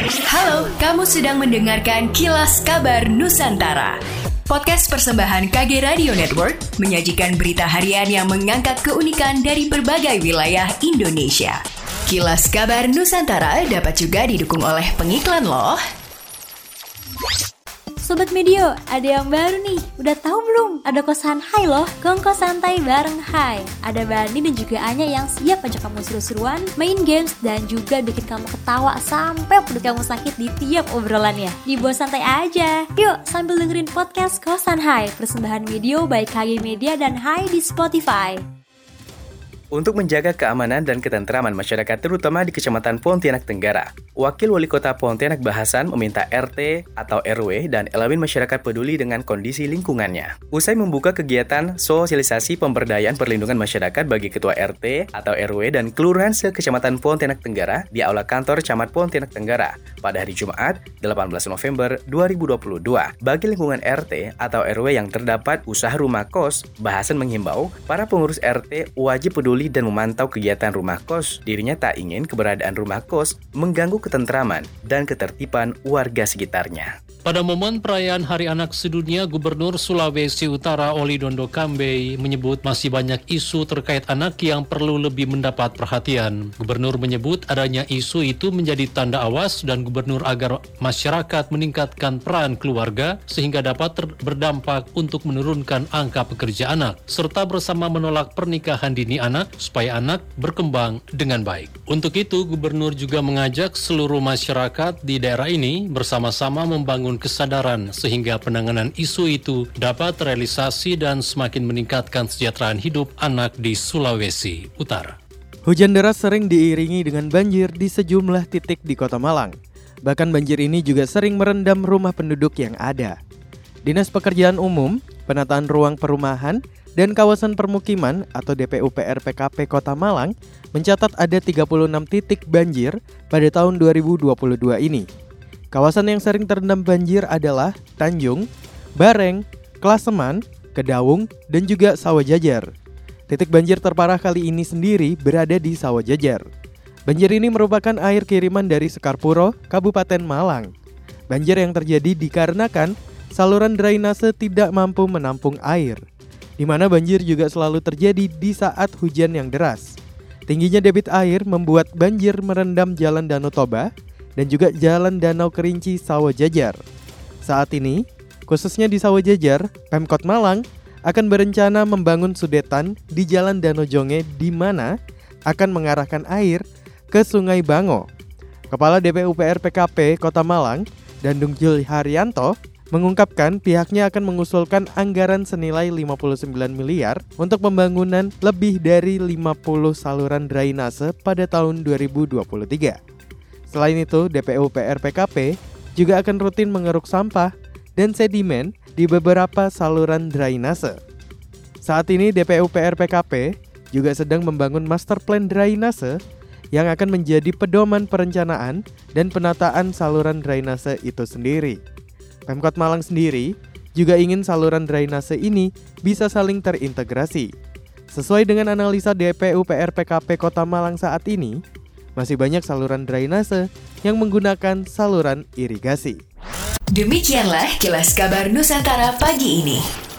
Halo, kamu sedang mendengarkan Kilas Kabar Nusantara. Podcast persembahan KG Radio Network menyajikan berita harian yang mengangkat keunikan dari berbagai wilayah Indonesia. Kilas Kabar Nusantara dapat juga didukung oleh pengiklan loh. Sobat Medio, ada yang baru nih. Udah tahu belum? Ada kosan Hai loh, kongko santai bareng Hai. Ada Bani dan juga Anya yang siap ajak kamu seru-seruan, main games, dan juga bikin kamu ketawa sampai perut kamu sakit di tiap obrolannya. Dibuat santai aja. Yuk, sambil dengerin podcast Kosan Hai, persembahan Medio by KG Media dan Hai di Spotify. Untuk menjaga keamanan dan ketentraman masyarakat terutama di Kecamatan Pontianak Tenggara, Wakil Wali Kota Pontianak Bahasan meminta RT atau RW dan elemen masyarakat peduli dengan kondisi lingkungannya. Usai membuka kegiatan sosialisasi pemberdayaan perlindungan masyarakat bagi Ketua RT atau RW dan Kelurahan se-Kecamatan Pontianak Tenggara di Aula Kantor Camat Pontianak Tenggara pada hari Jumat 18 November 2022. Bagi lingkungan RT atau RW yang terdapat usaha rumah kos, Bahasan menghimbau para pengurus RT wajib peduli dan memantau kegiatan rumah kos. Dirinya tak ingin keberadaan rumah kos mengganggu ketentraman dan ketertiban warga sekitarnya. Pada momen perayaan Hari Anak Sedunia, Gubernur Sulawesi Utara Oli Dondo Kambe menyebut masih banyak isu terkait anak yang perlu lebih mendapat perhatian. Gubernur menyebut adanya isu itu menjadi tanda awas dan Gubernur agar masyarakat meningkatkan peran keluarga sehingga dapat berdampak untuk menurunkan angka pekerja anak, serta bersama menolak pernikahan dini anak supaya anak berkembang dengan baik. Untuk itu, Gubernur juga mengajak seluruh masyarakat di daerah ini bersama-sama membangun kesadaran sehingga penanganan isu itu dapat terrealisasi dan semakin meningkatkan kesejahteraan hidup anak di Sulawesi Utara. Hujan deras sering diiringi dengan banjir di sejumlah titik di Kota Malang. Bahkan banjir ini juga sering merendam rumah penduduk yang ada. Dinas Pekerjaan Umum, Penataan Ruang Perumahan, dan Kawasan Permukiman atau DPUPR PKP Kota Malang mencatat ada 36 titik banjir pada tahun 2022 ini. Kawasan yang sering terendam banjir adalah Tanjung, Bareng, Klaseman, Kedaung, dan juga Sawah Jajar. Titik banjir terparah kali ini sendiri berada di Sawah Jajar. Banjir ini merupakan air kiriman dari Sekarpuro, Kabupaten Malang. Banjir yang terjadi dikarenakan saluran drainase tidak mampu menampung air, di mana banjir juga selalu terjadi di saat hujan yang deras. Tingginya debit air membuat banjir merendam Jalan Danau Toba dan juga Jalan Danau Kerinci Sawah Jajar. Saat ini, khususnya di Sawah Jajar, Pemkot Malang akan berencana membangun sudetan di Jalan Danau Jonge di mana akan mengarahkan air ke Sungai Bango. Kepala DPUPR PKP Kota Malang, Dandung Jul Haryanto, mengungkapkan pihaknya akan mengusulkan anggaran senilai 59 miliar untuk pembangunan lebih dari 50 saluran drainase pada tahun 2023. Selain itu, DPUPR PKP juga akan rutin mengeruk sampah dan sedimen di beberapa saluran drainase. Saat ini DPUPR PKP juga sedang membangun master plan drainase yang akan menjadi pedoman perencanaan dan penataan saluran drainase itu sendiri. Pemkot Malang sendiri juga ingin saluran drainase ini bisa saling terintegrasi. Sesuai dengan analisa DPUPR PKP Kota Malang saat ini, masih banyak saluran drainase yang menggunakan saluran irigasi. Demikianlah Kilas Kabar Nusantara pagi ini.